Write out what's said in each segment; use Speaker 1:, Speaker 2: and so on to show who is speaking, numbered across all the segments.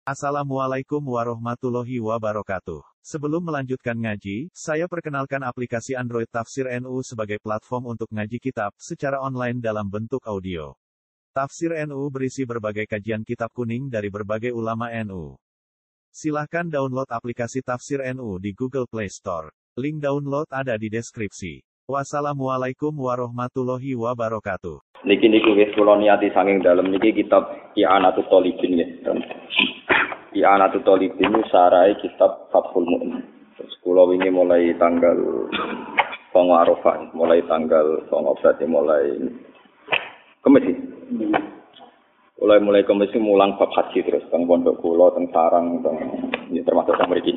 Speaker 1: Assalamualaikum warahmatullahi wabarakatuh. Sebelum melanjutkan ngaji, saya perkenalkan aplikasi Android Tafsir NU sebagai platform untuk ngaji kitab secara online dalam bentuk audio. Tafsir NU berisi berbagai kajian kitab kuning dari berbagai ulama NU. Silahkan download aplikasi Tafsir NU di Google Play Store. Link download ada di deskripsi. Wassalamualaikum warahmatullahi wabarakatuh.
Speaker 2: Niki wis kula niati saking dalem niki kitab I'anatul Thalibin nggih. I'anatul Thalibin sarai kitab Fathul Mu'in. Terus kula wingi mulai tanggal 9 Arafah, mulai tanggal 9 berarti mulai Kamis. Mulai Kamis mulang bab haji terus teng pondok kula teng sarang teng termasuk teng mriki.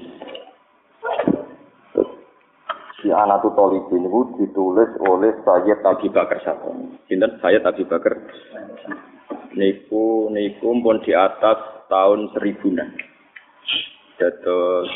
Speaker 2: I'anatul Thalibin itu ditulis oleh Sayyid Abi Bakar Satoni. Sinten Sayyid Abi Bakar? Niku pun di atas tahun 1000-an. Terus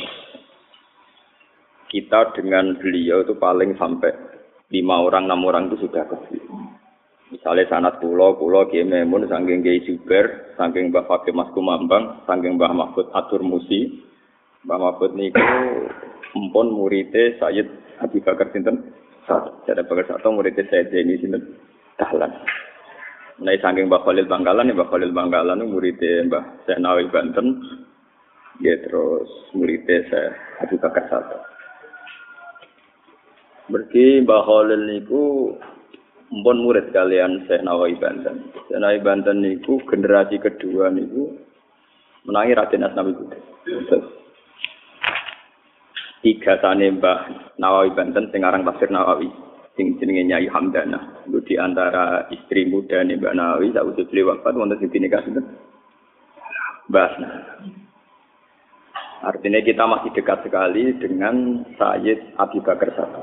Speaker 2: kita dengan beliau itu paling sampai 5 orang, 6 orang itu sudah kecil. Misalnya sanad kula Kiai Maimun saking Kiai Zubair, saking Mbah Fakih Mas Kumambang, saking Mbah Mahfud Atur Musi. Mbah Mahfud niku empun murite Sayyid Abi Bakar sinten? Sayyid Bakar Sato murite Sayyid Zaini sinten? Dahlan. Nah, saking Mbah Khalil Bangkalan murite Mbah Senawi Banten. Ya terus murite Sayyid Abi Bakar Sato. Berarti Mbah Khalil niku empun murid kalian Syekh Nawawi Banten. Syekh Nawawi Banten niku generasi kedua niku menangi Raden Asnawi Budet. Tiga tane Mbah Nawawi Banten sing aran Tafsir Nawawi sing jenenge Nyai Hamdana. Iku di antara istri muda nih Mbah Nawawi sakwise beliau wafat wonten sing nikah sinten? Mbah Asna. Artinya kita masih dekat sekali dengan Sayyid Abi Bakar Sato.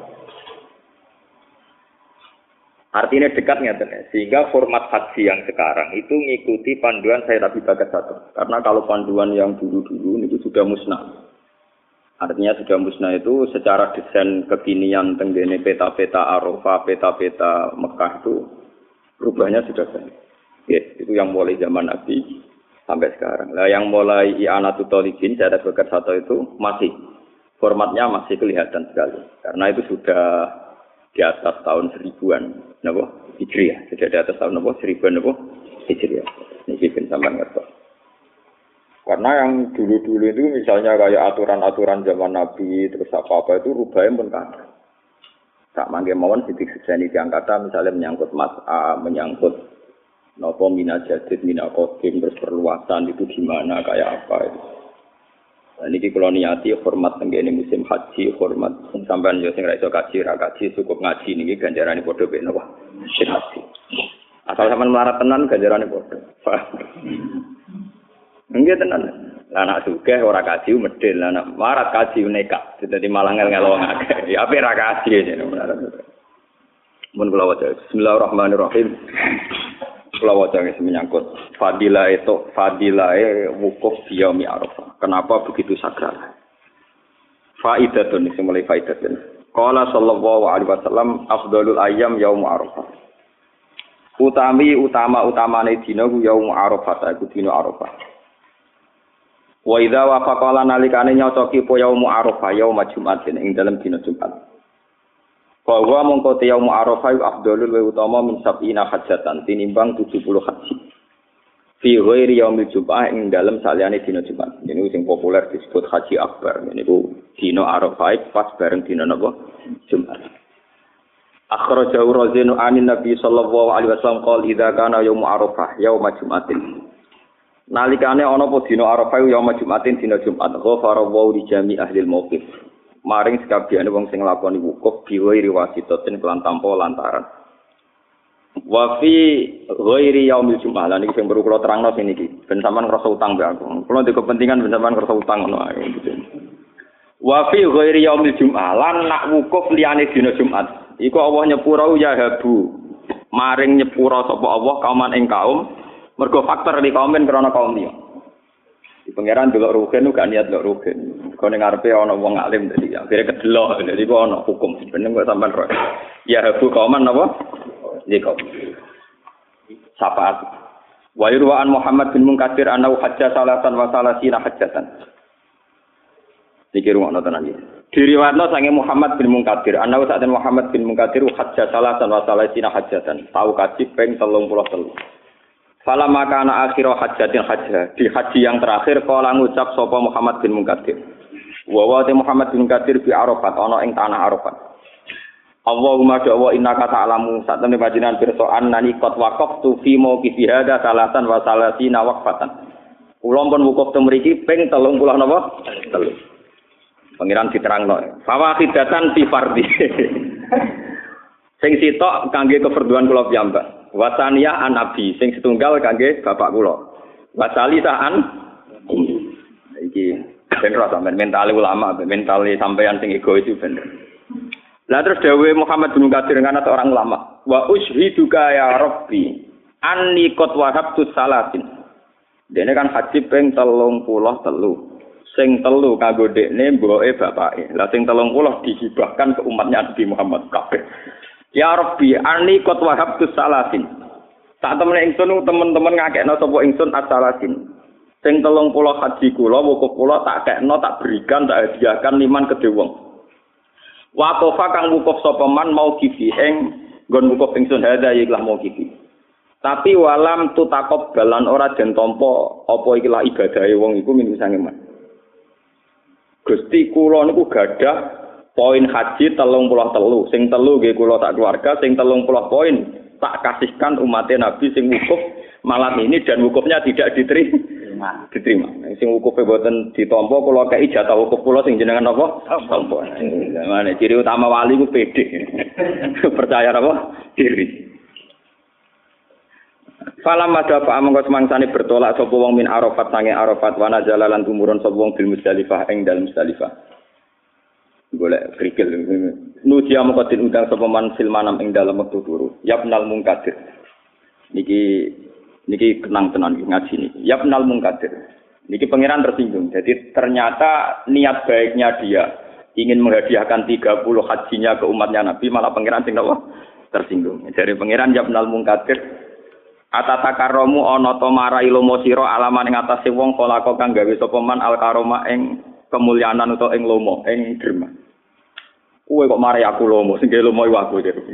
Speaker 2: Artinya dekat ngeten, sehingga format haji yang sekarang itu ngikuti panduan Sayyid Abi Bakar Sato. Karena kalau panduan yang dulu-dulu itu sudah musnah. Artinya sudah musnah itu secara desain kekinian tenggene peta-peta Arafah, peta-peta Mekah itu perubahannya sudah banyak. Ya, itu yang mulai zaman Nabi sampai sekarang. Lah yang mulai I'anatul Thalibin Sayyid Abi Bakar Sato itu masih formatnya masih kelihatan sekali. Karena itu sudah di atas tahun 1000-an, napa? Hijriah. Sudah di atas tahun napa? 1000-an napa? Hijriah. Niki ben sampean ngertos. Karena yang dulu-dulu itu misalnya kayak aturan-aturan zaman Nabi terus apa-apa itu rubahnya pun kan. Tak mangke mawon sidik sejani diangkata misalnya menyangkut mas'a, menyangkut nopo mina jadid, mina qadim terus perluasan itu gimana kayak apa itu. Nah, niki kula niati hormat tenggene musim haji, hormat sampean yo sing ra iso kaji, ra kaji cukup ngaji niki ganjarane padha mek napa? Sing haji. Asal sampean melarat tenan ganjarane padha. Nggih tenan. Lah anak sugih ora kaji medhil, anak marat kaji nekat. Dadi malah ngel-ngel wong akeh. Ya ape ra kaji jenenge marat. Mun kula waca Bismillahirrahmanirrahim. Kula waca menyangkut fadilah wukuf di yaumi Arafah. Kenapa begitu sakral? Faidatun mulai faidatun. Qala sallallahu alaihi wasallam afdhalul ayyam yaum Arafah. Utamane dina ku yaum Arafah, iku dina Arafah. Wa idza wafaqala nalikane nyocoki po yaum Arafah yaum Jumat ing dalem dina Jumat. Bahwa mongko te yaum Arafah afdhalul wa utama min sab'ina hajjatan tinimbang 70 haji. Fi ghairi yaumil Jumat ing dalem saliyane dina Jumat. Ini sing populer disebut Haji Akbar. Niku dina Arafah pas bareng dina napa? Jumat. Akhrajahu Razinu anin Nabi sallallahu alaihi wasallam qol idza kana yaum Arafah yaum Jumatin. Nalikane ana apa dina Arafah yaum Jumatin dina Jumat ghafara wa li jami ahli al-mauqif. Maring sakabehane wong sing nglakoni wukuf biwai riwasitatin kelan tanpa lantaran. Wa fi ghairi yaumil Jumat lan iki sing perlu kula terangno sing iki ben sampean ngrasa utang mbek aku. Kula ndek kepentingan ben sampean ngrasa utang ngono ae gitu. Wa fi ghairi yaumil Jumat lan nak wukuf liyane dina Jumat. Iku Allah nyepura ya habu. Maring nyepura sapa Allah kauman ing kaum mergo faktor di kaumen krana kaum liya. Di pangeran delok rugen gak niat delok rugen. Kok ning ngarepe ana wong alim dadi akhire kedelok dadi kok ana hukum sebenarnya kok sampean roh. Ya habu kauman napa? Nggih kok. Sapaat. Wa yurwa an Muhammad bin Munkadir annahu hajja salatan wa salasina hajjatan. Iki rumakno tenan iki. Diriwayatno sange Muhammad bin Munkadir annahu sa'atan Muhammad bin Munkadir hajja salatan wa salasina hajjatan. Tau kaji ping 33. Fala maka ana akhir hajjatin hajjah. Di haji yang terakhir kala ngucap sapa Muhammad bin Munkadir. Wa Muhammad bin Munkadir bi Arafat ana ing tanah Arafat. Allahumma da'wa innaka ta'lamu satemene panjenengan pirsa annani qad waqaftu fi mauqifi hada salatan wa salasina waqfatan. Kula pun wukuf teng mriki ping 30 napa? 3. Pangeran diterangno. Fawaqidatan fi fardhi. Sing sitok kangge keperduan kula piyambak. Wasania an abi sing setunggal kangge bapak kula. Wasalisaan iki bener sampean mentale ulama, mentale sampean sing egois itu bener. Lah terus dawuh Muhammad bin Qadir kan orang ulama. Wa ushiduka ya rabbi anni qad wahabtu salatin. Dene kan haji ping 33. Sing 3 kanggo dekne mboke bapake. Lah sing 30 dihibahkan ke umatnya Nabi Muhammad kabeh. Ya Rabbi, ani qad wahabtu salasin. Sak temene ingsun teman-teman ngakekno sapa ingsun as-salasin. Sing 30 haji kula, wukuf kula tak kekno, tak berikan, tak hadiahkan liman kedhe wong. Waqafa kang wukuf sapa man mau kifi ing nggon wukuf ingsun hadza ikhlas mau kifi. Tapi walam tutakop balan ora den tampa apa ikilah ibadahe wong iku min sange man. Gusti kula niku gadah poin haji 33, sing 3 nggih kula sak keluarga, sing 30 poin tak kasihkan umat Nabi sing wukuf malam ini dan wukufnya tidak diterima. Sing wukufe boten ditampa kula kei jatah wukuf kula sing jenengan napa? Tampa. Mane ciri utama wali ku pede. Percaya apa? Diri. Falam madha mongko semangsane bertolak sapa wong min Arafat sange Arafat wana jalalan tumurun sapa wong bil Musdalifah ing dalem Musdalifah. Golek krikil nudia mongko diundang sapa man filmanam ing dalem wektu turu Yabnal Munkadir niki kenang tenan ngaji niki Yabnal Munkadir niki pangeran tersinggung. Jadi ternyata niat baiknya dia ingin menghadiahkan 30 hajinya ke umatnya Nabi malah pangeran sing napa tersinggung. Dari pangeran Yabnal Munkadir atatakarromu ana ta marai lomo sira alaman ing atase wong kolako kang gawe sapa man al karoma ing kemuliaan utawa ing lomo ing derma. Kowe kok marai aku lomo sing lomo iku aku jare.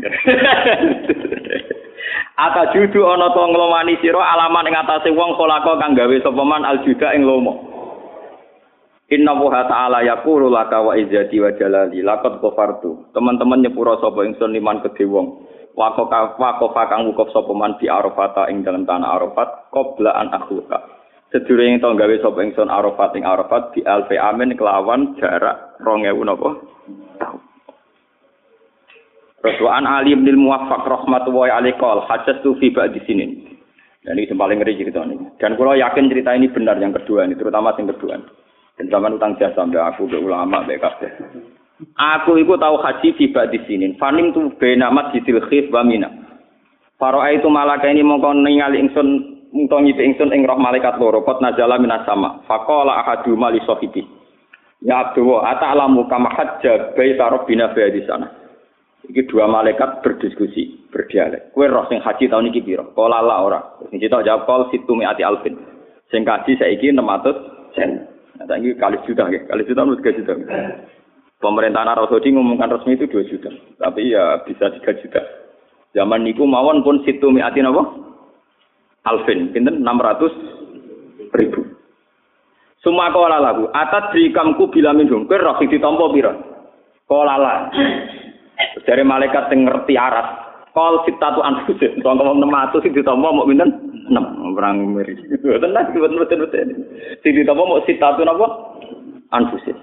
Speaker 2: Ata judu ana to nglomani sira alaman ing atase wong kolako kang gawe sapa man al juda ing lomo. Inna wa ta'ala yaqulu laka wa izzati wa jalali laqad ghafartu. Teman-teman nyepura sapa ingsun liman kedhe wong. Waqafa kang wukuf sapa man di Arafat ing dalem tanah Arafat qabla an akhuka. Sedurunge to gawe sapa ingsun Arafat ing Arafat di alfi amin kelawan jarak 2000 napa tahun. Rasulullah Ali bin Muwaffaq rahmatullahi alaihi qol hajjatu fi ba'di sinin. Dan ini paling ngeri cerita ini. Dan kalau yakin cerita ini benar yang kedua ini, terutama yang kedua. Dan zaman utang jasa mbak aku mbak ulama mbak kabeh. Aku iku tahu haji fi ba'di sinin. Fanim tu bena Masjidil Khif wa Mina. Faro'a itu malaka ini mongko ningali ingsun mung ngipi ingsun ing roh malaikat loro kot nazala minas sama. Faqala ahadu mali sahibi. Ya Abdullah ata'lamu kama hajja baita rabbina fi sana. Iki dua malaikat berdiskusi, berdialek. Kowe roh sing haji tahun iki pira? Qala la ora. Sing kita jawab qol situmi ati alfin. Sing haji saiki 600 sen. Nah, saiki kali juta nggih. Kali juta mesti 3 juta. Pemerintahan Arab Saudi ngumumkan resmi itu 2 juta. Tapi ya bisa 3 juta. Zaman niku mawon pun situmi ati napa? Alfin. Pinten 600.000. Sumakola lagu. Atat dikamku bila minhum. Kowe roh sing ditampa pira? Qala la. Dari malaikat sing ngerti aras. Kol sitatu anfusin. Tongkol 600 sing ditampa mok pinten? 6. Perang meri. Tenan betul-betul. Sing ditampa mok sitatu napa? Anfusin.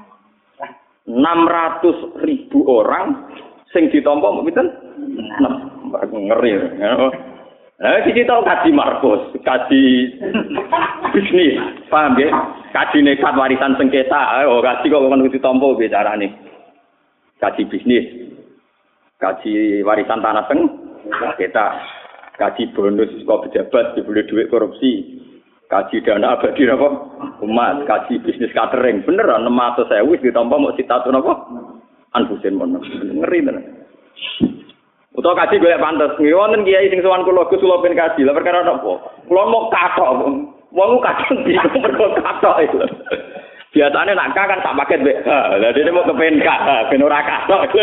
Speaker 2: 600.000 orang sing ditampa mok pinten? 6. Ngeri. Iki tau kaji Markus, kaji bisnis. Paham nggih? Kaji nekat warisan sengketa. Oh, kaji kok ngono ditampa bicarane. Kaji bisnis. Kaji warisan tanah sengketa, kaji bonus kok pejabat dibeli duit korupsi, kaji dana abadi apa umat, kaji bisnis catering, bener 600.000 ditampa mau sitatu apa anfusin mon ngeri tenan. Utawa kaji golek pantes. Wonten kiai sing sowan kula Gus kula ben kaji. Lah perkara napa? Kula mau kathok. Wong kadang bingung mergo kathok iku. Biasane nak kan sak paket mbek. Lah dene mau kepen ben ora kathok.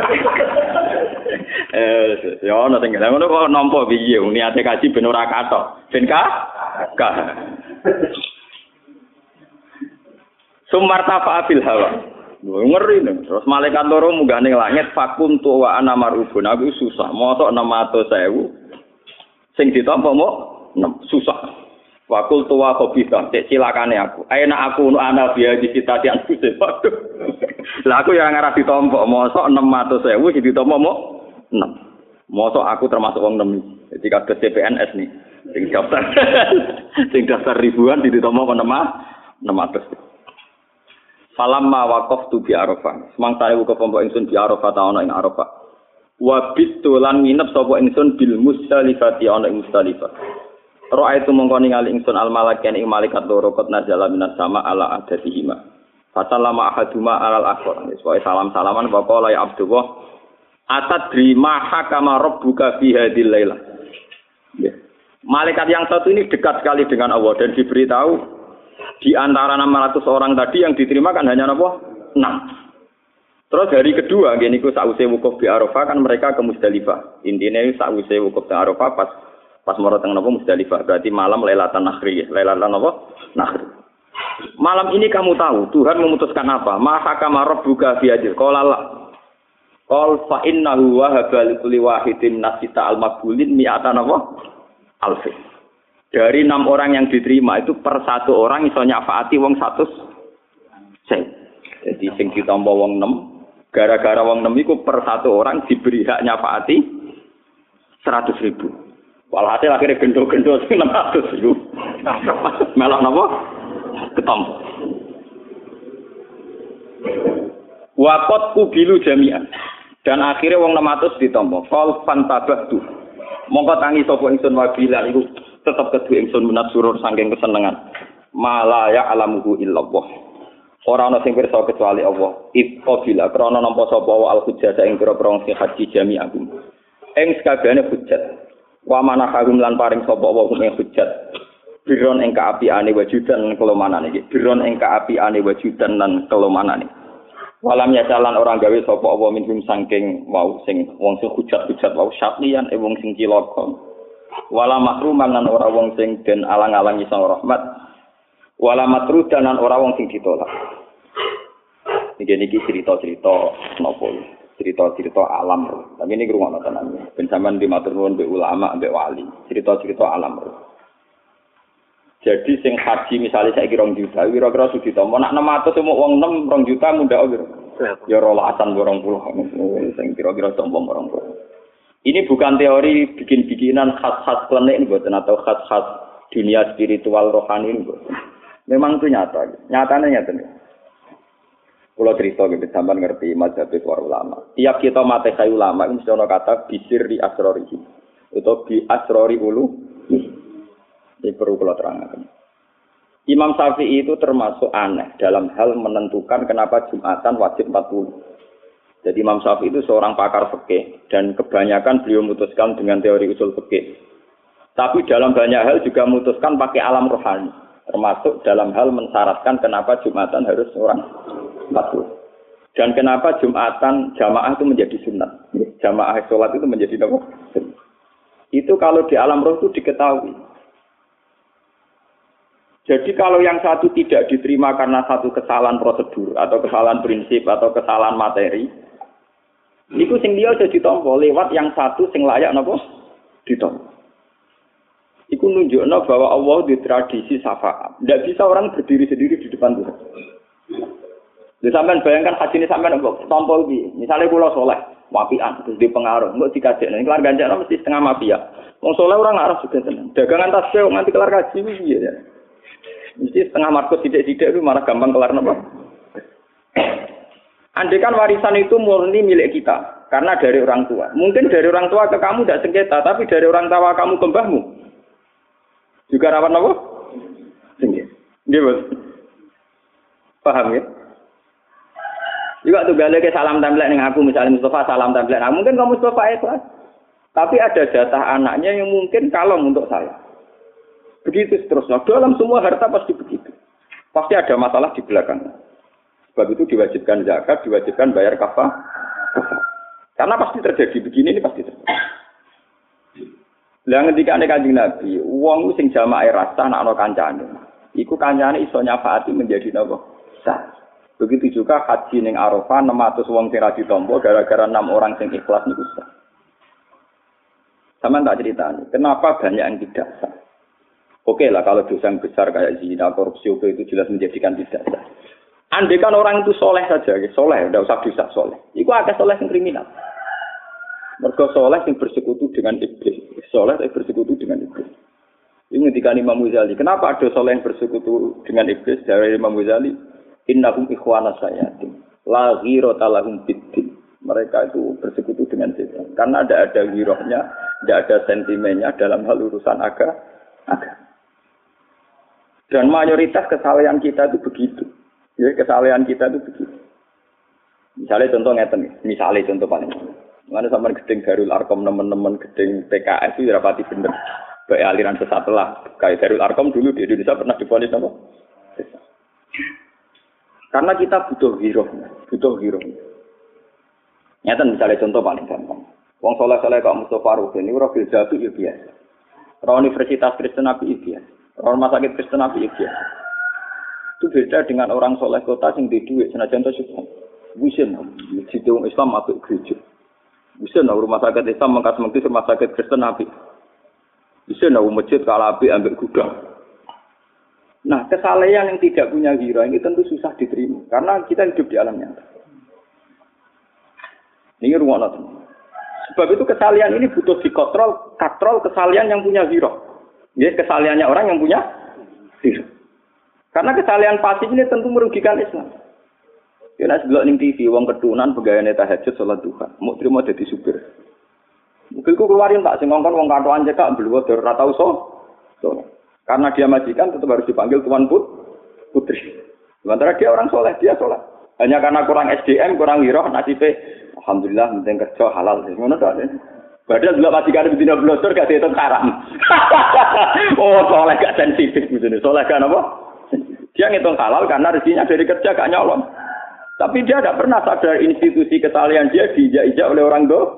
Speaker 2: Ya ono sing ngono kok nampa piye niate kaji ben ora kathok. Ben ka. Sumartafa fil hawa. Ngeri nih. Terus malaikat loro munggah ning langit fakum tu wa ana marubun. Aku susah. Mosok 600.000 sing ditampa mo 6 susah. Fakul tuwa kobisa, cek cilakane aku. Ayenak aku nu ana biaya di cita yang susah. Waduh. Lah aku yang ngarah ditampa mosok 600.000 sing ditampa mo 6. Mosok aku termasuk wong 6. Jadi kados CPNS nih. Sing daftar ribuan ditampa 600. Falamma waqaftu bi Arafah. Semangsa iku kepompok ingsun bi Arafah ta ana ing Arafah. Wa bitu lan nginep sapa ingsun bil Musdalifati ana ing Musdalifah. Ra'aitu mongko ningali ingsun al malakan ing malaikat loro kot nazala minas sama ala adatihima. Fatalama ahaduma alal akhir. Wis salam-salaman faqala ya Abdullah atadri ma hakama rabbuka fi hadhil lailah. Malaikat yang satu ini dekat sekali dengan Allah dan diberitahu di antara 600 orang tadi yang diterima kan hanya apa? 6. Terus hari kedua, gini ku sausé wukuf di Arafah kan mereka ke Musdalifah. Intinya sausé wukuf di Arafah pas mau teng napa Musdalifah. Berarti malam Lailatan Nakhri. Lailatan apa? Nakhri. Malam ini kamu tahu Tuhan memutuskan apa? Ma hakama rabbuka fi hadil. Qala la. Qal fa innahu wahaba li kulli wahidin nasita al-maqbulin mi'atan apa? Alfi. Dari 6 orang yang diterima itu per 1 orang iso nyafaati wong 100 sen. Jadi sing ditampa wong 6, gara-gara wong 6 iku per 1 orang diberi hak nyafaati 100.000. Walhasil akhirnya gendo-gendo 600.000. Melok napa? Ketompo. Waqat kubilu jami'an. Dan akhirnya wong 600 ditampa. Qal fantabahtu. Mongko tangi sapa ingsun wabilan iku tetap kedua ingsun menat surur saking kesenengan. Mala ya alamuhu illallah. Ora ana sing pirsa kecuali Allah. Iqabila krana nampa sapa al hujjah ing pira-pira sing haji jami'akum. Ing sakabehane hujjat. Wa manahum lan paring sapa wa ing hujjat. Biron ing kaapiane wajudan kelomanane iki. Biron ing kaapiane wajudan lan kelomanane. Walam ya jalan orang gawe sapa apa minhum saking wau sing wong sing hujat-hujat wau syatlian wong sing cilaka. Wala makruman lan ora wong sing den alang-alangi sang rahmat. Wala matrudan lan ora wong sing ditolak. Niki cerita-cerita napa cerita-cerita alam. Tapi ini ngrungokno tenan. Ben sampean dimatur nuwun mbek ulama, mbek wali. Cerita-cerita alam. Jadi sing haji misalnya saya kira 2 juta, kira-kira sudah ditambah. Nak 600 semua uang 2 juta mudah kira. Ya rolasan 20. Sing kira-kira tambah 20. Ini bukan teori bikin-bikinan khas-khas klenik buatan atau khas-khas dunia spiritual rohani buatan. Memang itu nyata. Nyatanya nyata. Kalau cerita gitu sampean ngerti mazhab para ulama. Tiap kita matehai ulama ini mesti ana kata bisir di asrorihi. Atau bi asrori ulu. Ini perlu kalau terangkan. Imam Syafi'i itu termasuk aneh dalam hal menentukan kenapa Jumatan wajib 40. Jadi Imam Syafi'i itu seorang pakar fikih dan kebanyakan beliau memutuskan dengan teori usul fikih. Tapi dalam banyak hal juga memutuskan pakai alam rohani. Termasuk dalam hal mensyaratkan kenapa Jumatan harus orang 40. Dan kenapa Jumatan jamaah itu menjadi sunat. Jamaah sholat itu menjadi apa? Itu kalau di alam roh itu diketahui. Jadi kalau yang satu tidak diterima karena satu kesalahan prosedur atau kesalahan prinsip atau kesalahan materi, itu sing dia jadi ditompo lewat yang satu sing layak napa ditompo. Iku nunjukno bahwa Allah di tradisi syafaat. Tidak bisa orang berdiri sendiri di depan Tuhan. Jadi sampean bayangkan haji ini sampean mbok tompo iki. Misale kula saleh, wapian terus di pengaruh, mbok dikajekne kelar ganjakno mesti setengah mafia. Wong saleh ora ngarep juga tenang. Dagangan tasbih nganti kelar kaji piye ya. Mesti setengah markus sidik-sidik itu malah gampang kelar napa. Andai kan warisan itu murni milik kita karena dari orang tua. Mungkin dari orang tua ke kamu tidak sengketa, tapi dari orang tua kamu ke mbahmu juga rawan napa? Sengketa. Nggih, Bos. Paham ya? Juga tuh balik ke salam tempel ning aku misalnya Mustafa salam tempel. Nah, mungkin kamu Mustafa ikhlas. Tapi ada jatah anaknya yang mungkin kalong untuk saya. Begitu seterusnya. Dalam semua harta pasti begitu. Pasti ada masalah di belakang. Sebab itu diwajibkan zakat, diwajibkan bayar kafah. Karena pasti terjadi begini, ini pasti terjadi. Lah ketika nek Kanjeng Nabi, wong sing jamaah rasa ana kancane. Iku kancane iso nyafaati menjadi napa? Sah. Begitu juga haji ning Arafah 600 wong sing ra ditampa gara-gara 6 orang sing ikhlas niku sah. Sama tak ceritani, kenapa banyak yang tidak sah? Oke lah kalau dosa yang besar kayak zina, korupsi itu jelas menjadikan tidak sah. Andai kan orang itu soleh saja, soleh, tidak usah dosa soleh. Iku akeh soleh yang kriminal. Mergo soleh yang bersekutu dengan iblis, soleh yang bersekutu dengan iblis. Ini ketika Imam Ghazali, kenapa ada soleh yang bersekutu dengan iblis? Dari Imam Ghazali, innahum ikhwana sayatin, la ghirata lahum biddin. Mereka itu bersekutu dengan setan. Karena tidak ada girohnya, tidak ada sentimennya dalam hal urusan agama. Dan mayoritas kesalahan kita itu begitu. Ya, kesalahan kita itu begitu. Misalnya contoh ngeten, misalnya contoh paling. Mana sama gedeng Darul Arkom teman-teman gedeng PKS itu rapati bener. Baik aliran sesat lah. Kayak Darul Arkom dulu di Indonesia pernah divonis apa? Karena kita butuh giroh. Nyata misalnya contoh paling gampang. Wong soleh-soleh kok Mustafa Ruben ini Rofil Jatuh ya biasa. Universitas Kristen Nabi biasa. Rumah sakit Kristen Nabi biasa. Itu beda dengan orang soleh kota yang di duit. Senajan itu juga. Bisa masjid Islam atau gereja. Bisa rumah sakit Islam mengkas-mengkis rumah sakit Kristen Nabi. Bisa masjid Kalabi ambil gudang. Nah kesalahan yang tidak punya ghirah ini tentu susah diterima. Karena kita hidup di alam nyata. Ini ruang nanti. Sebab itu kesalahan ini butuh dikatrol kesalahan yang punya ghirah. Ya, kesalahannya orang yang punya ghirah. Karena kesalahan pasif ini tentu merugikan Islam. Ya nek delok ning TV wong ketunan pegawene tahajud salat duha, mau trimo dadi supir. Mobilku keluarin tak sing ngongkon wong katokan cekak mbluwo ora tau so. Karena dia majikan tetap harus dipanggil tuan putri. Sementara dia orang soleh, dia soleh. Hanya karena kurang SDM, kurang ghirah nasibnya alhamdulillah penting kerja halal. Ngono ta. Padahal dulu majikan betina blosor gak dihitung haram. Oh, soleh gak sensitif begini. Soleh kan apa? Dia ngitung halal karena rezekinya dari kerja gak nyolong. Tapi dia tidak pernah sadar institusi kesalahan dia diijak-ijak oleh orang do.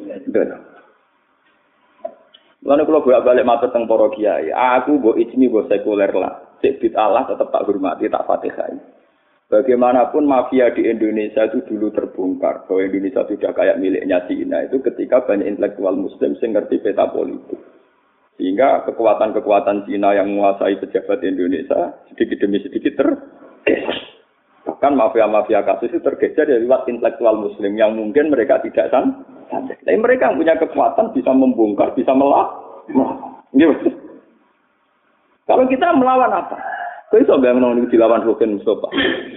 Speaker 2: Lalu kalau bolak-balik matur teng para kiai, aku mbok ijmi mbok sekuler lah. Sik bid'ah tetap tak hormati, tak fatihai. Bagaimanapun mafia di Indonesia itu dulu terbongkar bahwa Indonesia sudah kayak miliknya Cina itu ketika banyak intelektual Muslim yang ngerti peta politik. Sehingga kekuatan-kekuatan Cina yang menguasai pejabat Indonesia sedikit demi sedikit tergeser. Bahkan mafia-mafia kasus itu tergeser dari lewat intelektual Muslim yang mungkin mereka tidak sadar. Tapi mereka punya kekuatan bisa membongkar, bisa melawan. Gitu. Kalau kita melawan apa? Kau iso gak menang dilawan Ruben Mustafa?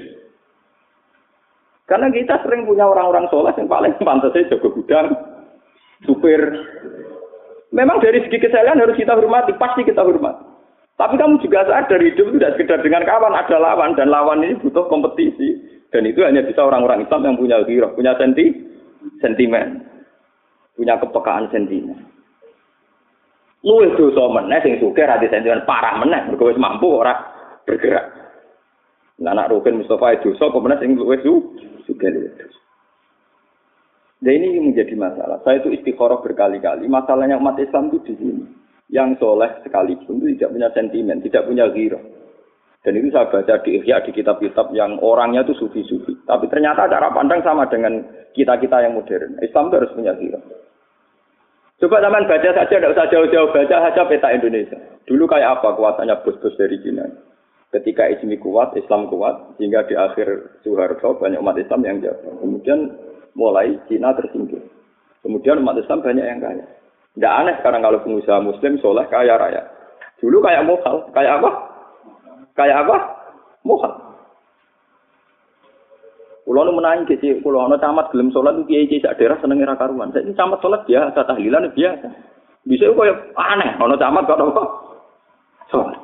Speaker 2: Karena kita sering punya orang-orang soleh yang paling pantas saja jaga gudang, supir. Memang dari segi kesalahan harus kita hormati, pasti kita hormati. Tapi kamu juga sadar hidup itu tidak sekedar dengan kawan, ada lawan dan lawan ini butuh kompetisi. Dan itu hanya bisa orang-orang Islam yang punya ghirah, punya sentimen, punya kepekaan sentimen. Luwih dosa meneh sing sugih ra sentimen parah meneh, mergo wis mampu ora bergerak. Lah anak Ruben Mustafa dosa kok meneh sing luwih sugih. Dan ini menjadi masalah. Saya itu istikharah berkali-kali. Masalahnya umat Islam itu di sini. Yang soleh sekalipun itu tidak punya sentimen, tidak punya ghirah. Dan itu saya baca di Ihya, di kitab-kitab yang orangnya itu sufi-sufi. Tapi ternyata cara pandang sama dengan kita-kita yang modern. Islam itu harus punya ghirah. Coba zaman baca saja, tidak usah jauh-jauh, baca saja peta Indonesia. Dulu kayak apa kuasanya bos-bos dari Cina. Ketika Islam kuat, sehingga di akhir Soeharto banyak umat Islam yang jatuh. Kemudian mulai Cina tersingkir. Kemudian umat Islam banyak yang kaya. Tidak aneh sekarang kalau pengusaha Muslim soleh kaya raya. Dulu kayak mohal, kayak apa? Kayak apa? Mohal. Kulo nu menangi sih, kulo nu camat gelem salat ku kiai sak daerah seneng ra karuan. Saiki camat salat biasa, tahlilan biasa. Bisa koyo aneh, ono camat kok apa? Salat.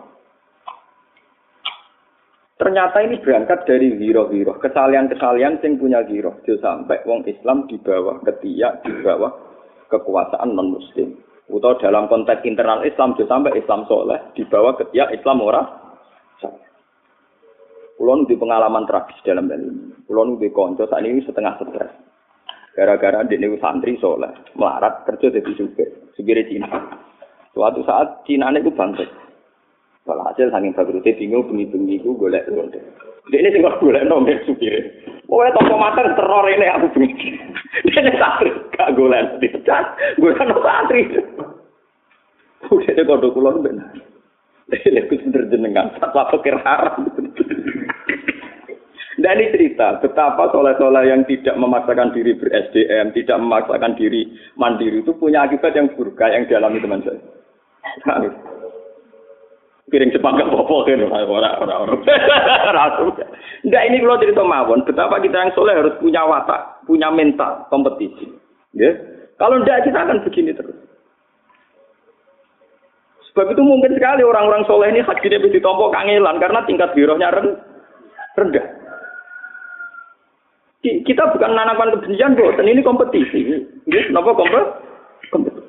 Speaker 2: Ternyata ini berangkat dari ghirah-ghirah, kesalahan-kesalahan sing punya ghirah. Sampai wong Islam di bawah ketiak, di bawah kekuasaan non muslim. Atau dalam konteks internal Islam sampai Islam soleh dibawa ke Islam ora. Kulo di pengalaman tragis dalam hal ini. Kulo di konco saat ini setengah stres. Gara-gara di santri soleh melarat kerja jadi supir Cina. Suatu saat Cina itu bangkit. Hasil saking bagrute bingung bengi-bengi iku golek lonte. Dekne sing kok golek nomor supire. Pokoke toko mater teror ini aku bengi. Dene santri gak golek dipecat. Golek nang santri. Udah kodho kula bener. Lek wis jenengan fatwa fikir haram. Dan ini cerita betapa soleh-soleh yang tidak memaksakan diri ber-SDM, tidak memaksakan diri mandiri itu punya akibat yang buruk yang dialami teman saya. Piring Jepang gak apa-apa kan orang-orang. Enggak, ini kalau cerita mawon, betapa kita yang soleh harus punya watak, punya mental kompetisi. Ya. Kalau enggak kita akan begini terus. Sebab itu mungkin sekali orang-orang soleh ini hajinya bisa ditompo kangelan karena tingkat girohnya rendah. Kita bukan menanamkan kebencian, dan ini kompetisi. Kenapa kompetisi?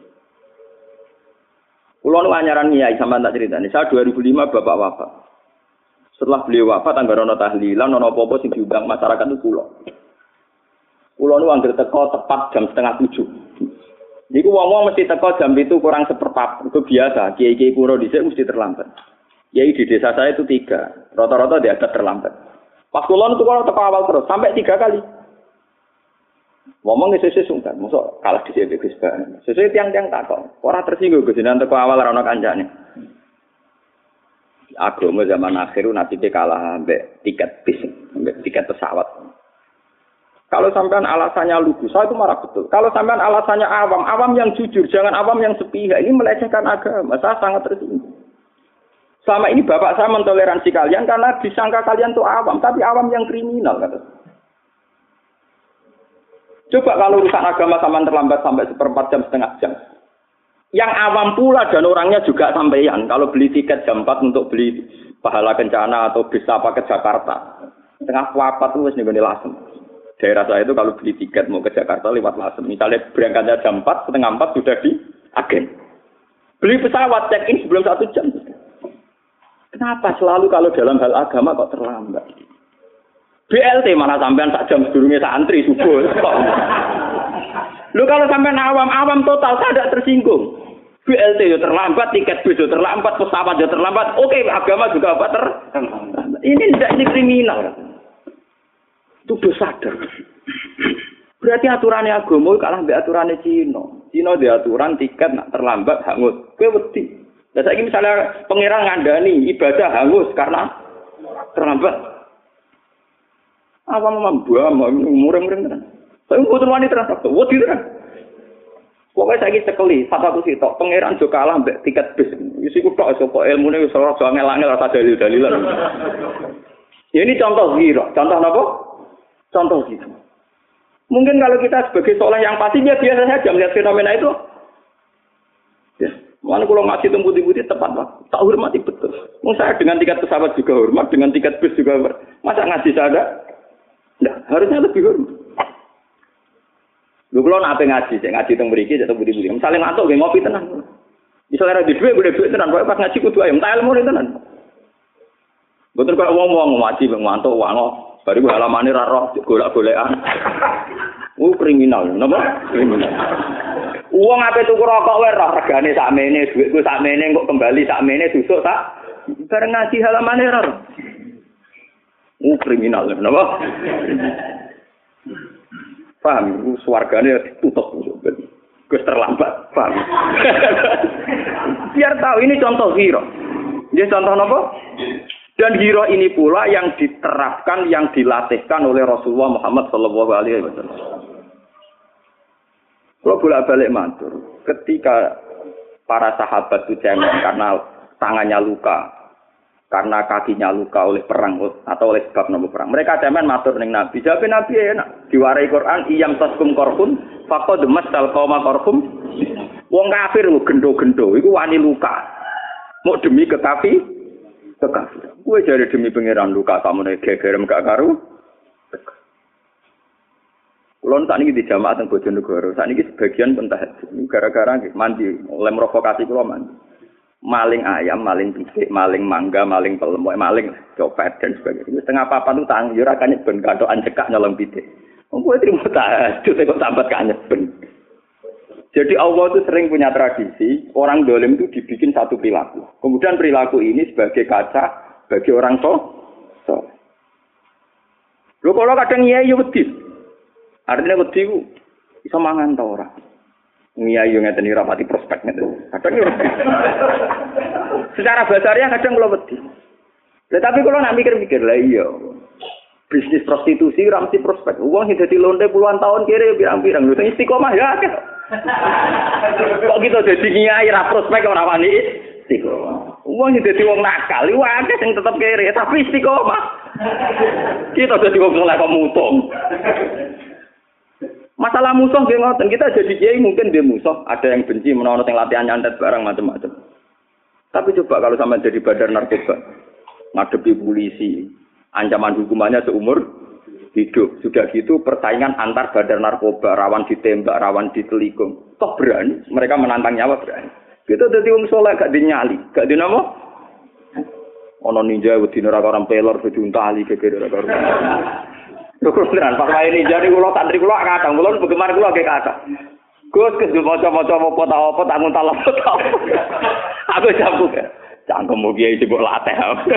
Speaker 2: Kulo nu anyaran nyai sampean tak critani. Saya 2005 bapak wafat. Setelah beliau wafat anggar ana tahlilan ana apa-apa sing diundang masyarakat itu kulo. Kulo nu anggar teko tepat jam 6:30. Niku wong-wong mesti teko jam 7 kurang seperempat. Itu biasa, kiai-kiai kuno dhisik mesti terlambat. Kiai di desa saya itu 3. Rata-rata dia ada terlambat. Pas kulo nu teko awal terus sampai 3 kali. Ngomong sesuai sungkan, mosok kalah di sini Gus Ban. Sesuai tiang-tiang takon. Ora tersinggung Gus nanti kok awal ora ono kancane. Agama zaman akhir nasibe kalah ambek tiket bis, ambek tiket pesawat. Kalau sampean alasannya lugu, saya itu marah betul. Kalau sampean alasannya awam yang jujur, jangan awam yang sepihak. Ini melecehkan agama. Saya sangat tersinggung. Selama ini bapak saya mentoleransi kalian karena disangka kalian tuh awam, tapi awam yang kriminal kata. Coba kalau urusan agama sama terlambat sampai 1/4 jam, setengah jam. Yang awam pula dan orangnya juga sampeyan. Kalau beli tiket jam 4 untuk beli pahala kencana atau bis apa ke Jakarta. Setengah 4 itu wis ning Lasem. Daerah saya itu kalau beli tiket mau ke Jakarta lewat Lasem. Misalnya berangkatnya jam 4, setengah 4 sudah di agen. Beli pesawat check-in sebelum 1 jam. Kenapa selalu kalau dalam hal agama kok terlambat? BLT mana sampean sak jam sedurunge santri subuh. Lu kalau sampean awam total saya tidak tersinggung. BLT yo terlambat, tiket bis yo terlambat, pesawat yo terlambat. Oke, agama juga apa ini tidak ini kriminal. Itu dosa sadar. Berarti aturannya agama kalah mbek aturannya Cina. Cina di aturan tiket nak terlambat hangus. Kowe wedi. Lah saiki misalnya pangeran ngandani ibadah hangus karena terlambat. Apa membuang, mureng-mureng tenan. Saya mboten wani tenan, wedi tenan. Pokoke saiki cekeli, satu sitok pangeran jo kalah mbek tiket bis. Wis iku tok sapa ilmune wis ora angel-angel ora dalil-dalilan. Ya ini contoh zero. Contoh apa? Contoh gitu. Mungkin kalau kita sebagai soleh yang pasti ya biasa saja melihat fenomena itu. Ya, mana kalau ngasih temputi-temputi tepat Pak. Tak hormati betul. Saya dengan tiket pesawat juga hormat, dengan tiket bis juga hormat. Masa ngasih saya nah, harusnya lebih hormat. Lu kalau nak ngaji teng mriki atau budi-budi. Misalnya ngantuk nggih ngopi tenan. Misalnya ada duit tenan, pas ngaji kudu ayam tak ilmu tenan. Betul kok wong-wong ngaji ngantuk wango, baru halamane ra roh golek-golekan. Kriminal, napa? Kriminal. Wong ape tuku rokok wae roh regane sakmene, dhuwitku sakmene kok kembali sakmene susuk tak bareng ngaji halamane ra roh. Kriminal, napa? Paham, swargane ditutup. Gus terlambat, paham. Biar tahu ini contoh hero. Dia contoh apa? Dan hero ini pula yang diterapkan, yang dilatihkan oleh Rasulullah Muhammad sallallahu alaihi wasallam. Kalau bolak-balik matur, ketika para sahabat itu cengeng karena tangannya luka, karena kakinya luka oleh perang atau oleh sebab nopo perang. Mereka cemen matur ning Nabi. Jawab Nabi enak. Diwarai Quran, "Iyam taskum korhun, faqad masal qauma korhum." Wong kafir lho gendo-gendo iku wani luka. Mau demi kekafir. Kowe jare demi pangeran luka samune gegerem gak karu. Kulon saat ini di jamaah teng Bojonegoro, saat ini sebagian pun tahajud. Gara-gara mandi, oleh merokokasi kulo mandi. Maling ayam, maling pisik, maling mangga, maling pelem, maling copet dan sebagainya. Setengah papan itu tangi, rakanya ben kadoan cekak nyolong pisik. Gue terima tahajud, saya kok sambat kanya ben. Jadi Allah itu sering punya tradisi, orang dolim itu dibikin satu perilaku. Kemudian perilaku ini sebagai kaca bagi orang so. Lho kalau kadang nyai wedi. Artinya wedi ku iso mangan ta ora. Nyai yo ngeten ora pati prospek ngeten. Kadang yo wedi. Secara basarnya kadang kula wedi. Tetapi kalau nak mikir-mikir lah iya. Bisnis prostitusi ora mesti prospek. Wong sing dadi lonte puluhan tahun kiri pirang-pirang lho sing istiqomah ya akeh. Kok kita dadi nyai ra prospek ora wani istiqomah. Wong sing dadi wong nakal iku akeh sing tetep kiri tapi istiqomah. Kita dadi wong saleh kok mutung. Masalah musuh nggih ngoten, kita jadi kiai mungkin dia musuh, ada yang benci menawa yang latihan nyantet barang macam-macam. Tapi coba kalau sampai jadi bandar narkoba, ngadepi polisi, ancaman hukumannya seumur hidup. Sudah gitu persaingan antar bandar narkoba, rawan ditembak, rawan ditelikung. Toh berani, mereka menantang nyawa berani. Kita dadi wong saleh gak dinyali, gak dinamo. Ono ninja wedi neraka orang pelor diuntali gegere neraka. Terus tenan pas wae ninja niku kula santri kula kadang kula bagaimana kula ge kata. Gus maca-maca apa tak nguntal apa. Aku jago kan. Cangkem kiai sibuk latih.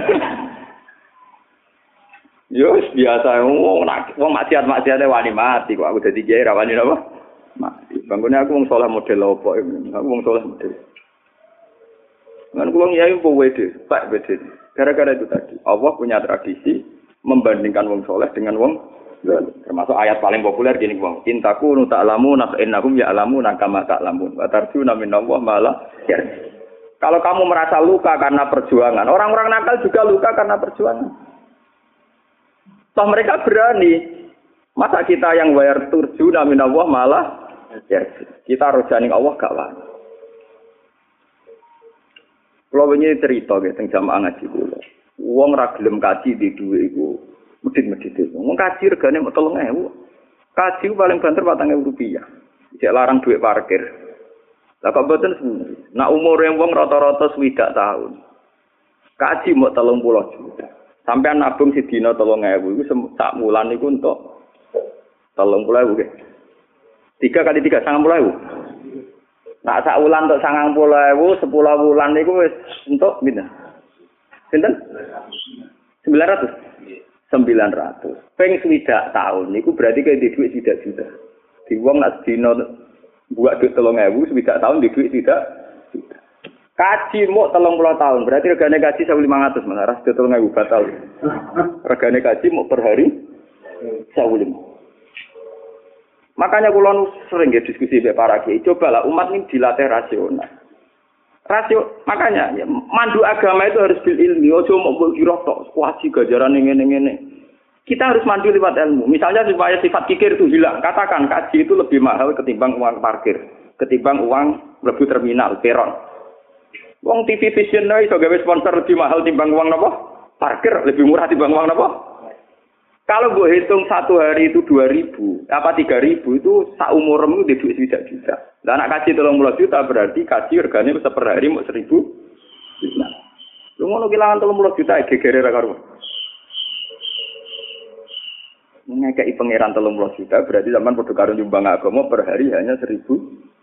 Speaker 2: Yo biasa wong maksiat-maksiate wani mati kok aku dadi kiai ra wani napa? Mati. Bangunnya aku wong saleh model apa aku wong saleh model. Kan kula kiai po wede, Pak wede. Gara-gara itu tadi, Allah punya tradisi membandingkan wong soleh dengan wong zalim. Termasuk ayat paling populer gini wong, intakunu ta'lamuna fa innahum ya'lamuna kama ta'lamun wa tarjuna minallah ma la yarjun. Kalau kamu merasa luka karena perjuangan, orang-orang nakal juga luka karena perjuangan. Toh mereka berani. Masa kita yang bayar turjuna minallah malah yarjun. Kita rojani Allah gak wani. Kalau ini cerita tentang jamaah ngaji kula. Wong ra gelem kaji di dhuwit iku medhit-medhit. Wong kaji regane 3.000. Kaji paling banter Rp4.000. Cek larang dhuwit parkir. Lah kok mboten sebenarnya. Nak umure wong rata-rata 60 tahun. Kaji mau 30 juta. Sampeyan nabung sedina 3.000 iku sak wulan iku entuk 30.000 nggih. 3 kali 3 90.000. Nak sak wulan untuk 90.000, 10 wulan niku wis entuk pinten? Sinten? 900. 900. Ping 60 tahun niku berarti kaya di duit 3 juta. Di wong nak sedina buat duit 3.000, 60 tahun di duit 3 juta. Kaji mau 30 tahun, berarti regane kaji 1.500 Mas. Ras 3.000 batal. Regane kaji mau per hari 1.500. Makanya kula sering ya diskusi dengan para kiai. Cobalah umat ini dilatih rasional. Makanya ya, mandu agama itu harus bil ilmi. Ojo mau kira tok kuaci gajaran ngene-ngene. Kita harus mandu lewat ilmu. Misalnya supaya sifat kikir itu hilang. Katakan kaji itu lebih mahal ketimbang uang parkir, ketimbang uang mlebu terminal, peron. Wong TV Vision iso gawe sponsor lebih mahal timbang uang napa? Parkir lebih murah timbang uang napa? Kalau gue hitung satu hari itu 2.000, apa 3.000 itu sak umurmu di duit 3 juta. Lah anak kaji 30 juta berarti kaji regane per hari mau 1.000. Nah, lu ngono kehilangan 30 juta gegere ra karo. Ngekeki pangeran 30 juta berarti zaman padha karo nyumbang agama per hari hanya 1.500.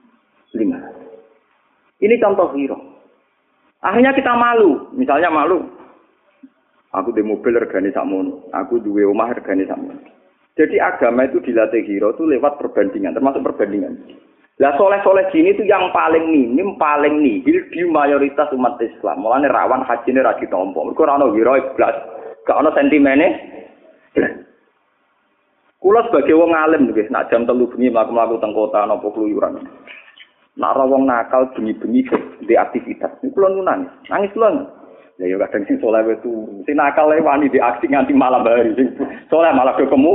Speaker 2: Ini contoh hero. Akhirnya kita malu, misalnya malu. Aku di mobil regane sakmono, aku duwe omah regane sakmono. Jadi agama itu dilatih hiro itu lewat perbandingan, termasuk perbandingan. Lah soleh-soleh gini itu yang paling minim, paling nihil di mayoritas umat Islam. Mulane rawan hajine ra ditampa. Mergo ora ono hiro blas, gak ono sentimene. Kula sebagai wong alim nggih, nak jam 3 bengi mlaku-mlaku teng kota napa kluyuran. Nak ora wong nakal bengi-bengi di aktivitas. Niku kula nangis kula. Ya yo kadang sing saleh itu sing nakal wani di aksi nganti malam hari sing saleh malah kemu.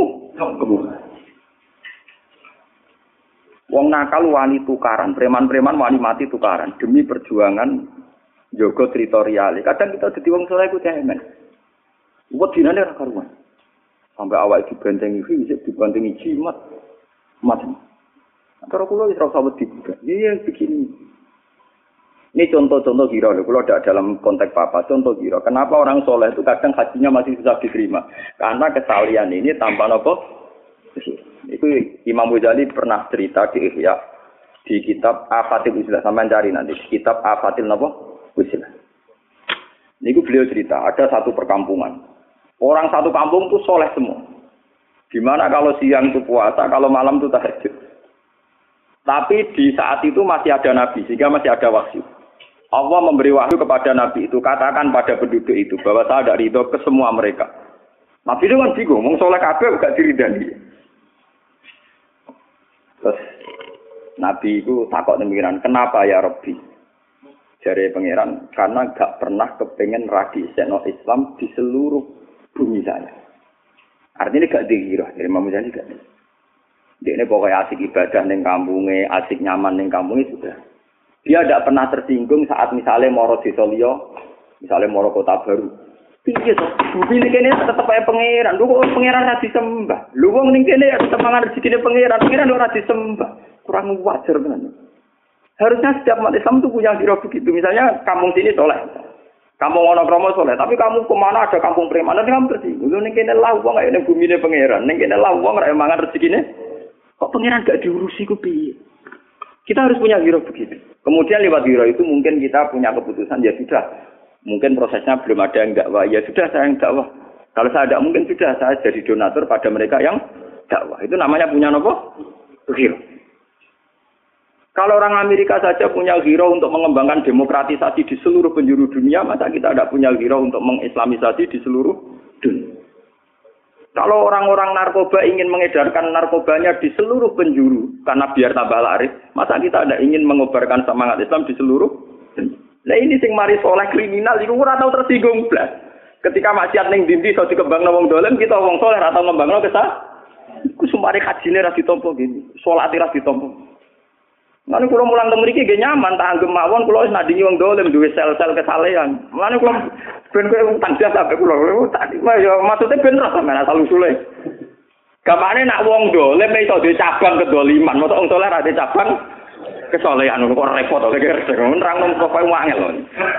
Speaker 2: Wong nakal wani tukaran, preman-preman wani mati tukaran demi perjuangan jaga teritorial. Kadang kita dadi wong saleh ku cemen. Wedinane ora karuan. Sampai awak dibentengi fisik, dibentengi jimat. Macam. Cara kula wis ora wedi juga. Iya begini. Ini contoh-contoh gira loh. Kalau tidak dalam konteks apa, contoh gira. Kenapa orang soleh itu kadang hajinya masih susah diterima? Karena kesalian ini tanpa nopo. Itu Imam Ghazali pernah cerita di Ihya di kitab Afatil Usilah. Sampai cari nanti kitab Afatil nopo Usilah. Ini beliau cerita ada satu perkampungan. Orang satu kampung itu soleh semua. Gimana kalau siang itu puasa, kalau malam itu tahajud. Tapi di saat itu masih ada Nabi, sehingga masih ada wahyu. Allah memberi wahyu kepada Nabi itu, katakan pada penduduk itu, bahwa saya tidak ridho ke semua mereka. Nabi itu kan bingung, ngomong soleh kabeh gak diridani. Terus Nabi itu takut demikian, kenapa ya Rabbi? Jari pangeran, karena gak pernah kepengen radisekno Islam di seluruh bumi saya. Artinya gak dikira, dari Imam Ghazali gak. Dia ini pokoknya asik ibadah ning kampungnya, asik nyaman ning kampungnya sudah. Dia tidak pernah tersinggung saat misalnya moro desa liya, misalnya moro kota baru. Piye to? Bumi kene tetep ae pangeran. Lho kok pangeran ora disembah. Lho wong ning kene ya tetep mangan rezekine pangeran ora disembah. Kurang wajar tenan. Harusnya setiap umat Islam itu punya kira begitu. Misalnya kampung sini soleh. Kampung Wonokromo soleh, tapi kamu kemana ada kampung preman, nanti kamu tersinggung. Lho ning kene lah wong kaya ning bumine pangeran. Ning kene lah wong ora mangan rezekine. Kok pangeran gak diurusi ku piye? Kita harus punya hero begitu. Kemudian lewat hero itu mungkin kita punya keputusan ya sudah. Mungkin prosesnya belum ada yang dakwah. Ya sudah saya yang dakwah. Kalau saya tidak mungkin sudah saya jadi donatur pada mereka yang dakwah. Itu namanya punya apa? Hero. Kalau orang Amerika saja punya hero untuk mengembangkan demokratisasi di seluruh penjuru dunia, masa kita tidak punya hero untuk mengislamisasi di seluruh dunia? Kalau orang-orang narkoba ingin mengedarkan narkobanya di seluruh penjuru, karena biar tambah laris, masa kita tidak ingin mengobarkan semangat Islam di seluruh? Nah ini sing mari soleh kriminal, itu ora tau tersinggung blas. Ketika maksiat ning dindi iso dikembangno wong dolen, kita wong soleh ora tau ngembangno kesah. Iku sumare hajine ra ditampa gini, salate ra ditampa. Mane kula mulang teng mriki nggih nyaman, tak anggem mawon kula wis nandingi wong dolen duwe sel-sel kesalehan. Mane kula ben kowe utang jasa sampe kula tadi ya maksude ben ra sampeyan asal usule. Gamane nak wong dolen iso duwe cabang kedoliman, mosok wong soleh ra duwe cabang kesolehan kok repot to kira nerangno kok kowe wangel lho.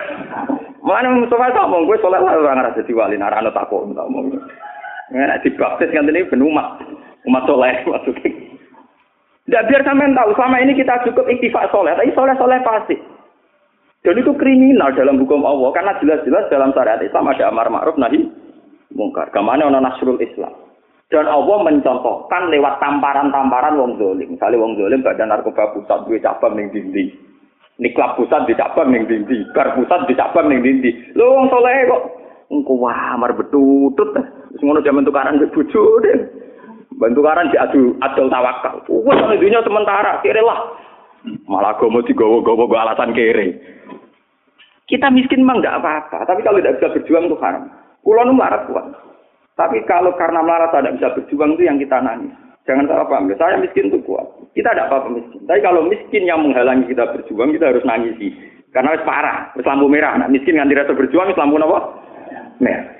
Speaker 2: Mane Mustafa ngomong kowe soleh ora ngrasa dadi wali nek ana takok ngomong. Nek dibaptis ngene ben umat soleh maksudnya. Tidak biar sampean tahu, selama ini kita cukup iktifak soleh, tapi soleh-soleh pasti. Dan itu kriminal dalam hukum Allah, karena jelas-jelas dalam syariat Islam ada amar ma'ruf nahi mungkar. Kemana ono nasrul Islam. Dan Allah mencontohkan lewat tamparan-tamparan wong zalim. Misalnya wong zalim badan narkoba pusat duwe cabang ning dindi. Niklab pusat di cabang ning dindi, bar pusat di cabang ning dindi. Lho wong soleh kok engko amar betutut. Wis ngono jaman tukaran mbek bojone. Bantukaran diadu adol tawakal. Wes nek dunya sementara, kere lah. Malah gomo digowo-gowo go alasan kere. Kita miskin mah enggak apa-apa, tapi kalau tidak bisa berjuang itu haram. Kulo nu melarat kuat. Tapi kalau karena melarat tidak bisa berjuang itu yang kita nangis. Jangan salah paham. Saya miskin itu kuat. Kita tidak apa-apa miskin. Tapi kalau miskin yang menghalangi kita berjuang, kita harus nangisi. Karena wis parah, wis lampu merah. Nah, miskin nganti rasa berjuang, wis lampu napa? Merah.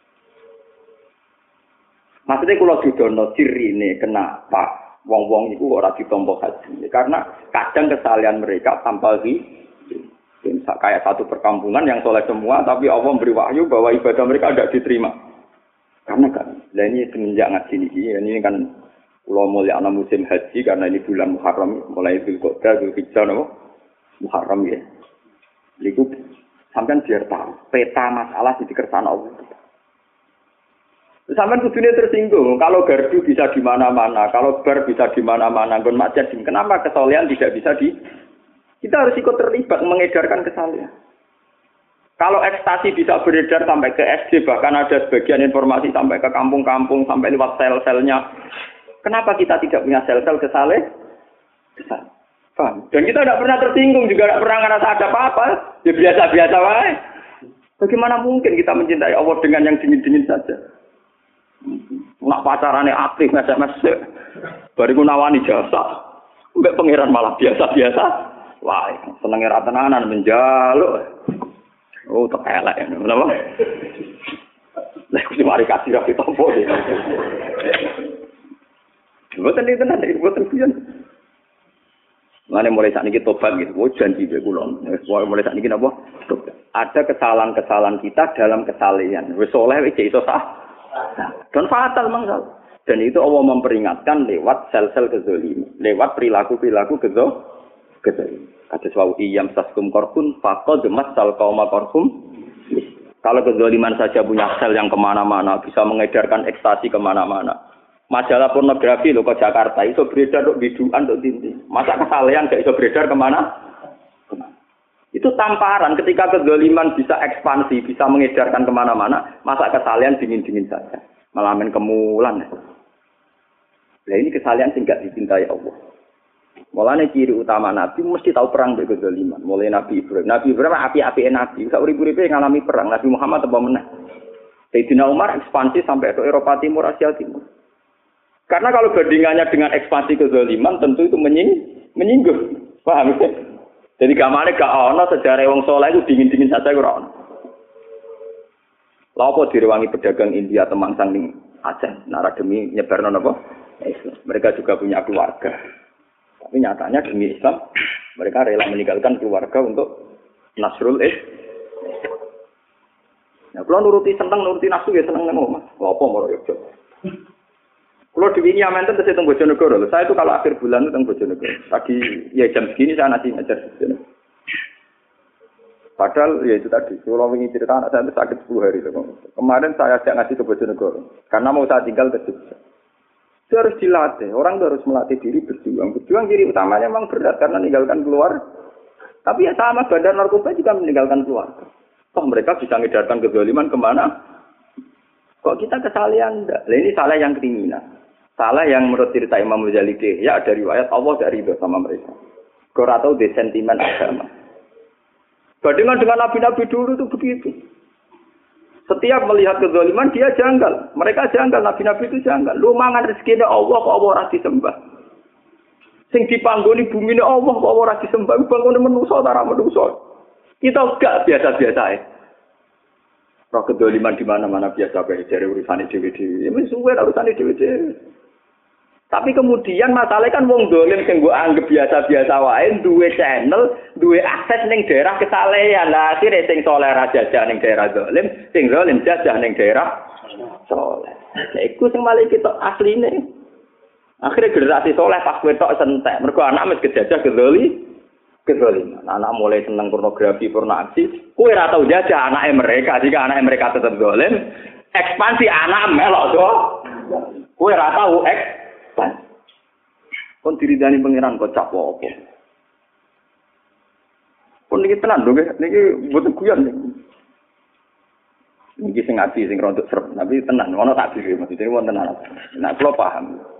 Speaker 2: Maksudnya kalau didono cirine kenapa wong-wong itu ora ditampa haji? Karena kadang kesalahan mereka tanpa kayak satu perkampungan yang soleh semua, tapi Allah beri wahyu bahwa ibadah mereka tidak diterima. Karena kan, nah ini semenjak ngaji ini kan pulau mulia anak musim haji karena ini bulan Muharram, mulai Dzulqa'dah, Dzulhijjah, Muharram ya. Itu sampai biar tahu peta masalah di kersane Allah. Sampai kudune tersinggung, kalau gardu bisa di mana-mana, kalau bar bisa di mana-mana, gon maksiat, kenapa kesolehan tidak bisa di? Kita harus ikut terlibat mengedarkan kesalehan. Kalau ekstasi bisa beredar sampai ke SD, bahkan ada sebagian informasi sampai ke kampung-kampung, sampai lewat sel-selnya. Kenapa kita tidak punya sel-sel kesalehan? Dan kita tidak pernah tersinggung, juga tidak pernah ngerasa ada apa-apa. Ya biasa-biasa wae. Bagaimana mungkin kita mencintai Allah dengan yang dingin-dingin saja? Nak pacarane aktif SMS. Bariku nawani jasa. Mbek pangeran malah biasa-biasa. Wah, senenge ra tenanan menjaluk. Oh, tak elek ngono lho. Lah kuwi mari kasih ra ditompo. Mboten iki tenan, mboten guyon. Mane mulai saat ini tobat gitu, janji be kula. Mulai saat ini napa? Ada kesalahan-kesalahan kita dalam kesalehan. Wis saleh wis iso sah. Dan fatal mangsal. Dan itu Allah memperingatkan lewat sel-sel kezaliman, lewat perilaku-perilaku kezaliman. Kados wau iyam saskum korkun faqad masal qauma korkum. Kalau kezaliman saja punya sel yang kemana-mana, bisa mengedarkan ekstasi kemana-mana. Majalah pornografi loh ke Jakarta, iso beredar untuk biduan untuk tinti. Masa kesalahan gak iso beredar kemana? Itu tamparan ketika kezaliman bisa ekspansi, bisa mengedarkan kemana-mana. Masa kesalahan dingin-dingin saja, malamin kemulan. Nah ini kesalahan sih gak dicintai Allah. Mulanya ciri utama Nabi mesti tahu perang dengan kezaliman. Mulai Nabi Ibrahim. Nabi Ibrahim api-api Nabi. Gak urip-uripnya ngalami perang. Nabi Muhammad apa menang? Sayyidina Umar ekspansi sampai ke Eropa Timur, Asia Timur. Karena kalau bandingannya dengan ekspansi kezaliman tentu itu menyinggung. Paham ya? Jadi gamane gak ana sejarah wong saleh itu dingin-dingin saja ora ono. Lha apa direwangi pedagang India temangsang ning Aceh nara demi nyebarno napa? Islam. Mereka juga punya keluarga. Tapi nyatanya demi Islam mereka rela meninggalkan keluarga untuk nasrul Nah, kalau nuruti nafsu ya seneng nang omah. Lha apa moro yo. Kalau di ini amanten terus teng Bojonegoro. Saya itu kalau akhir bulan itu teng Bojonegoro. Pagi ya jam segini saya nanti ngajar di sana. Padahal ya itu tadi. Kalau ingin cerita anak saya itu sakit 10 hari. Kemarin saya ajak ngaji ke Bojonegoro. Karena mau saya tinggal ke Jogja. Itu harus dilatih. Orang itu harus melatih diri berjuang. Berjuang diri utamanya memang berat karena meninggalkan keluar. Tapi ya sama bandar narkoba juga meninggalkan keluarga. Toh mereka bisa mengedarkan kezaliman kemana? Kok kita kesalahan enggak? Nah, ini salah yang kriminal. Salah yang menurut cerita Imam Ghazali ya ada riwayat Allah dari itu sama mereka. Kau tahu di sentimen agama. Bandingan dengan nabi-nabi dulu itu begitu. Setiap melihat kezaliman dia janggal. Mereka janggal, nabi-nabi itu janggal. Lu mangan rezeki Allah kok Allah ora disembah. Sing dipanggoni bumi ini Allah kok Allah ora disembah. Bangun menungso ta ora menungso. Kita enggak biasa-biasa ae. Roh kezaliman di mana-mana biasa bae jare urusane dhewe-dhewe. Ya wis suwe urusane dhewe-dhewe. Tapi kemudian masalahnya kan wong dolim sing mbok anggap biasa-biasa wae duwe channel, duwe akses ning daerah kesalehan. Lah akhire sing saleh ra jajah ning daerah dolim, sing dolim jajah ning daerah saleh. Lah iku sing malah kita asline. Akhire generasi saleh pas wetok sentek. Mergo anak wis kejajah kezaliman. Anak mulai seneng pornografi, pornoaksi. Kowe ora tau jajah anake mereka, jika anake mereka tetep dolim, ekspansi anak melok do. Kowe ora tau kon diridani pangeran kok cap apa. Kon niki tenan lho niki mboten guyon niki. Niki sing ati sing rontok serep, tapi tenan ono tak dhewe maksudnya wonten ana. Nah kula paham.